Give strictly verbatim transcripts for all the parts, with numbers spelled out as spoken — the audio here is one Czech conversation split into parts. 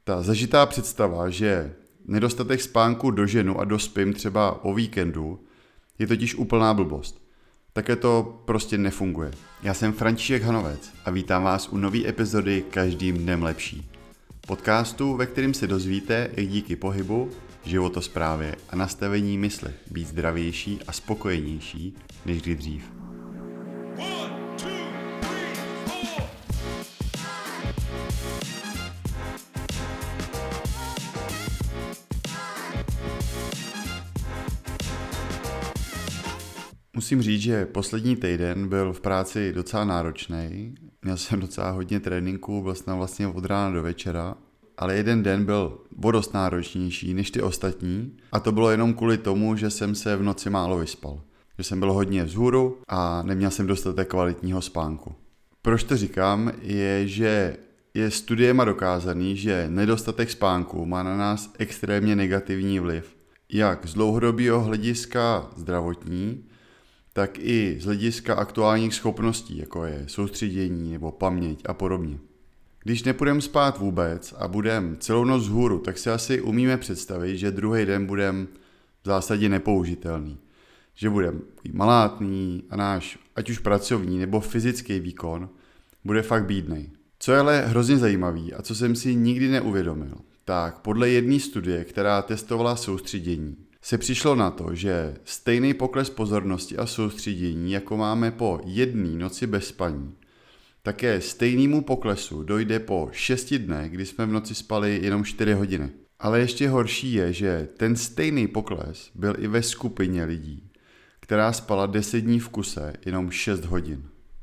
Ta zažitá představa, že nedostatek spánku doženu a dospím třeba o víkendu, je totiž úplná blbost. Také to prostě nefunguje. Já jsem František Hanovec a vítám vás u nové epizody Každým dnem lepší. Podcastu, ve kterém se dozvíte, jak díky pohybu, životosprávě a nastavení mysli být zdravější a spokojenější než kdy dřív. Musím říct, že poslední týden byl v práci docela náročný. Měl jsem docela hodně tréninků, byl jsem vlastně od rána do večera, ale jeden den byl o dost náročnější než ty ostatní a to bylo jenom kvůli tomu, že jsem se v noci málo vyspal. Že jsem byl hodně vzhůru a neměl jsem dostatek kvalitního spánku. Proč to říkám, je, že je studiema dokázaný, že nedostatek spánku má na nás extrémně negativní vliv. Jak z dlouhodobého hlediska zdravotní, tak i z hlediska aktuálních schopností, jako je soustředění nebo paměť a podobně. Když nepůjdeme spát vůbec a budeme celou noc vzhůru, tak si asi umíme představit, že druhý den budeme v zásadě nepoužitelný. Že budeme malátný a náš, ať už pracovní nebo fyzický výkon, bude fakt bídnej. Co je ale hrozně zajímavý a co jsem si nikdy neuvědomil, tak podle jedné studie, která testovala soustředění, se přišlo na to, že stejný pokles pozornosti a soustředění, jako máme po jedné noci bez spaní, také stejnému poklesu dojde po šesti dnech, kdy jsme v noci spali jenom čtyři hodiny. Ale ještě horší je, že ten stejný pokles byl i ve skupině lidí, která spala deset dní v kuse jenom šest hodin.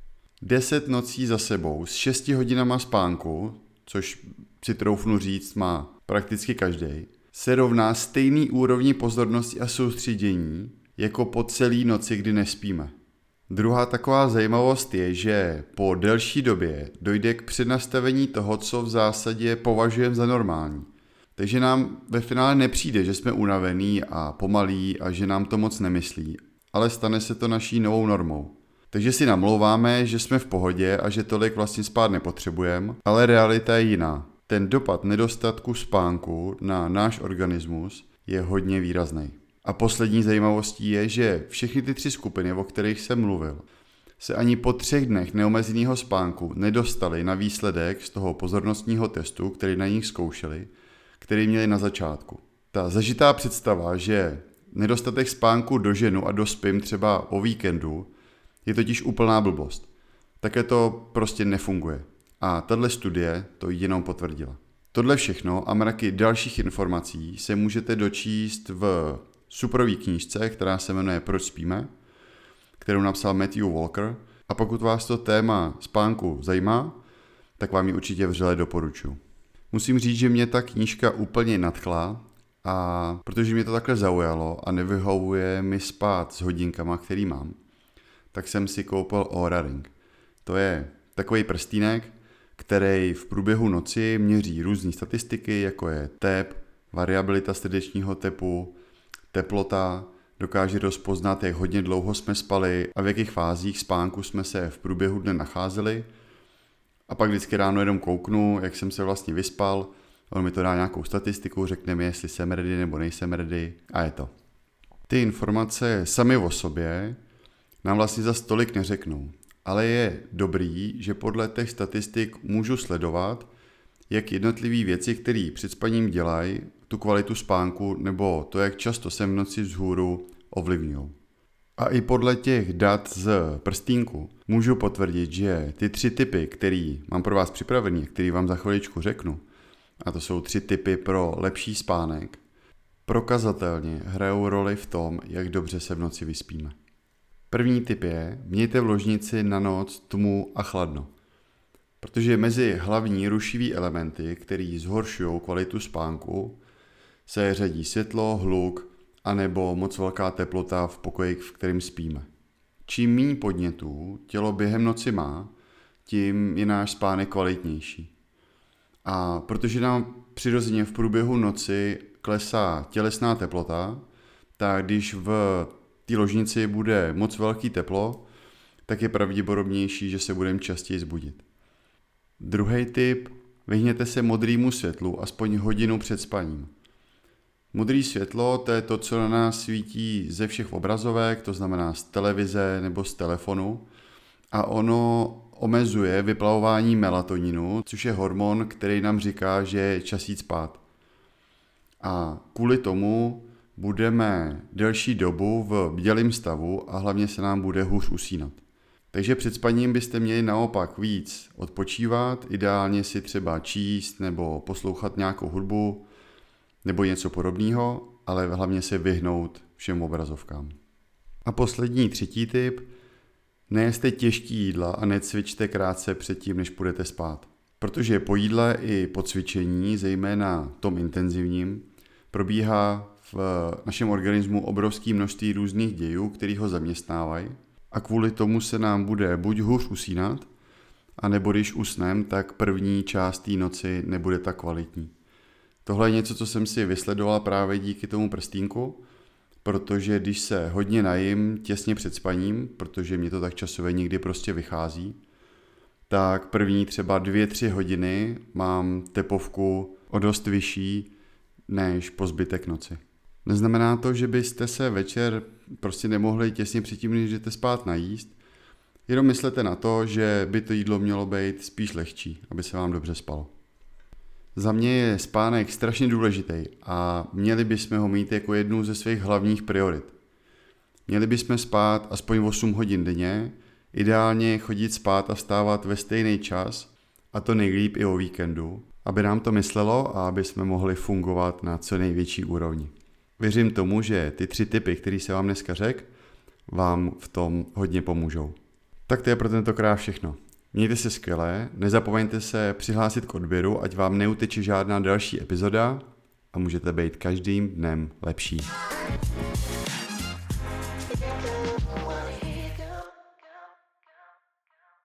deset nocí za sebou s šesti hodinama spánku, což si troufnu říct má prakticky každý, se rovná stejný úrovni pozornosti a soustředění jako po celý noci, kdy nespíme. Druhá taková zajímavost je, že po delší době dojde k přednastavení toho, co v zásadě považujeme za normální. Takže nám ve finále nepřijde, že jsme unavení a pomalí a že nám to moc nemyslí, ale stane se to naší novou normou. Takže si namlouváme, že jsme v pohodě a že tolik vlastně spát nepotřebujeme, ale realita je jiná. Ten dopad nedostatku spánku na náš organismus je hodně výrazný. A poslední zajímavostí je, že všechny ty tři skupiny, o kterých jsem mluvil, se ani po třech dnech neomezeného spánku nedostali na výsledek z toho pozornostního testu, který na nich zkoušeli, který měli na začátku. Ta zažitá představa, že nedostatek spánku doženu a dospím třeba o víkendu, je totiž úplná blbost. Také to prostě nefunguje. A tahle studie to jenom potvrdila. Tohle všechno a mraky dalších informací se můžete dočíst v superové knížce, která se jmenuje Proč spíme, kterou napsal Matthew Walker. A pokud vás to téma spánku zajímá, tak vám ji určitě vřele doporučuji. Musím říct, že mě ta knížka úplně nadchla, a protože mě to takhle zaujalo a nevyhovuje mi spát s hodinkama, který mám, tak jsem si koupil Oura Ring. To je takový prstýnek, který v průběhu noci měří různé statistiky, jako je tep, variabilita srdečního tepu, teplota, dokáže rozpoznat, jak hodně dlouho jsme spali a v jakých fázích spánku jsme se v průběhu dne nacházeli. A pak vždycky ráno jenom kouknu, jak jsem se vlastně vyspal, on mi to dá nějakou statistiku, řekne mi, jestli jsem ready nebo nejsem ready a je to. Ty informace sami o sobě nám vlastně za tolik neřeknou. Ale je dobrý, že podle těch statistik můžu sledovat, jak jednotlivé věci, které před spaním dělají, tu kvalitu spánku nebo to, jak často jsem v noci vzhůru, ovlivňují. A i podle těch dat z prstínku můžu potvrdit, že ty tři typy, které mám pro vás připravený, které vám za chviličku řeknu, a to jsou tři typy pro lepší spánek, prokazatelně hrajou roli v tom, jak dobře se v noci vyspíme. První tip je, mějte v ložnici na noc tmu a chladno. Protože mezi hlavní rušivý elementy, které zhoršují kvalitu spánku, se řadí světlo, hluk anebo moc velká teplota v pokoji, v kterém spíme. Čím méně podnětů tělo během noci má, tím je náš spánek kvalitnější. A protože nám přirozeně v průběhu noci klesá tělesná teplota, tak když v té ložnici bude moc velký teplo, tak je pravděpodobnější, že se budeme častěji zbudit. Druhý tip, vyhněte se modrému světlu aspoň hodinu před spaním. Modré světlo, to je to, co na nás svítí ze všech obrazovek, to znamená z televize nebo z telefonu, a ono omezuje vyplavování melatoninu, což je hormon, který nám říká, že je čas jít spát. A kvůli tomu budeme delší dobu v bdělém stavu a hlavně se nám bude hůř usínat. Takže před spaním byste měli naopak víc odpočívat, ideálně si třeba číst nebo poslouchat nějakou hudbu nebo něco podobného, ale hlavně se vyhnout všem obrazovkám. A poslední třetí tip, nejeste těžký jídla a necvičte krátce předtím, než půjdete spát. Protože po jídle i po cvičení, zejména tom intenzivním, probíhá v našem organismu obrovské množství různých dějů, které ho zaměstnávají, a kvůli tomu se nám bude buď hůř usínat, anebo když usnem, tak první část té noci nebude tak kvalitní. Tohle je něco, co jsem si vysledoval právě díky tomu prstínku, protože když se hodně najím těsně před spaním, protože mě to tak časově někdy prostě vychází, tak první třeba dvě, tři hodiny mám tepovku o dost vyšší než po zbytek noci. Neznamená to, že byste se večer prostě nemohli těsně předtím, než jdete spát, najíst, jenom myslete na to, že by to jídlo mělo být spíš lehčí, aby se vám dobře spalo. Za mě je spánek strašně důležitý a měli bychom ho mít jako jednu ze svých hlavních priorit. Měli bychom spát aspoň osm hodin denně, ideálně chodit spát a vstávat ve stejný čas, a to nejlíp i o víkendu, aby nám to myslelo a aby jsme mohli fungovat na co největší úrovni. Věřím tomu, že ty tři tipy, které se vám dneska řekl, vám v tom hodně pomůžou. Tak to je pro tentokrát všechno. Mějte se skvěle, nezapomeňte se přihlásit k odběru, ať vám neuteče žádná další epizoda a můžete být každým dnem lepší.